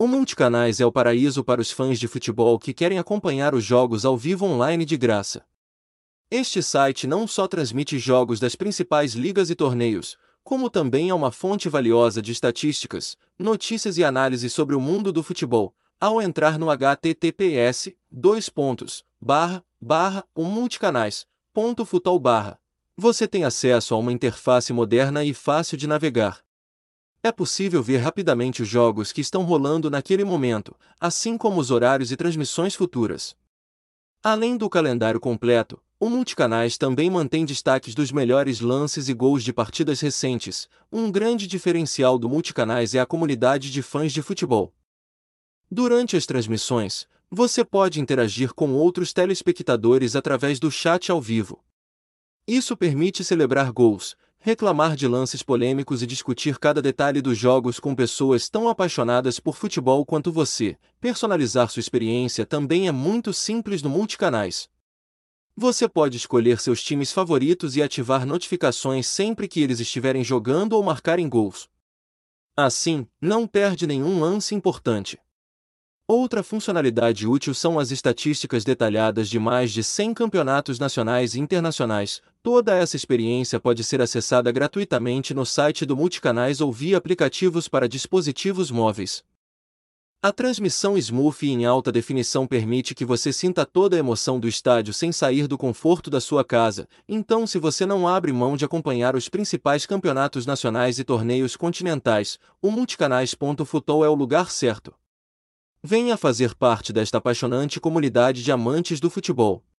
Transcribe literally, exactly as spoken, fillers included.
O Multicanais é o paraíso para os fãs de futebol que querem acompanhar os jogos ao vivo online de graça. Este site não só transmite jogos das principais ligas e torneios, como também é uma fonte valiosa de estatísticas, notícias e análises sobre o mundo do futebol. Ao entrar no h t t p s dois pontos barra barra o multicanais ponto futebol barra você tem acesso a uma interface moderna e fácil de navegar. É possível ver rapidamente os jogos que estão rolando naquele momento, assim como os horários e transmissões futuras. Além do calendário completo, o Multicanais também mantém destaques dos melhores lances e gols de partidas recentes. Um grande diferencial do Multicanais é a comunidade de fãs de futebol. Durante as transmissões, você pode interagir com outros telespectadores através do chat ao vivo. Isso permite celebrar gols, reclamar de lances polêmicos e discutir cada detalhe dos jogos com pessoas tão apaixonadas por futebol quanto você. Personalizar sua experiência também é muito simples no Multicanais. Você pode escolher seus times favoritos e ativar notificações sempre que eles estiverem jogando ou marcarem gols. Assim, não perde nenhum lance importante. Outra funcionalidade útil são as estatísticas detalhadas de mais de cem campeonatos nacionais e internacionais. Toda essa experiência pode ser acessada gratuitamente no site do Multicanais ou via aplicativos para dispositivos móveis. A transmissão smooth e em alta definição permite que você sinta toda a emoção do estádio sem sair do conforto da sua casa. Então, se você não abre mão de acompanhar os principais campeonatos nacionais e torneios continentais, o multicanais ponto futebol é o lugar certo. Venha fazer parte desta apaixonante comunidade de amantes do futebol.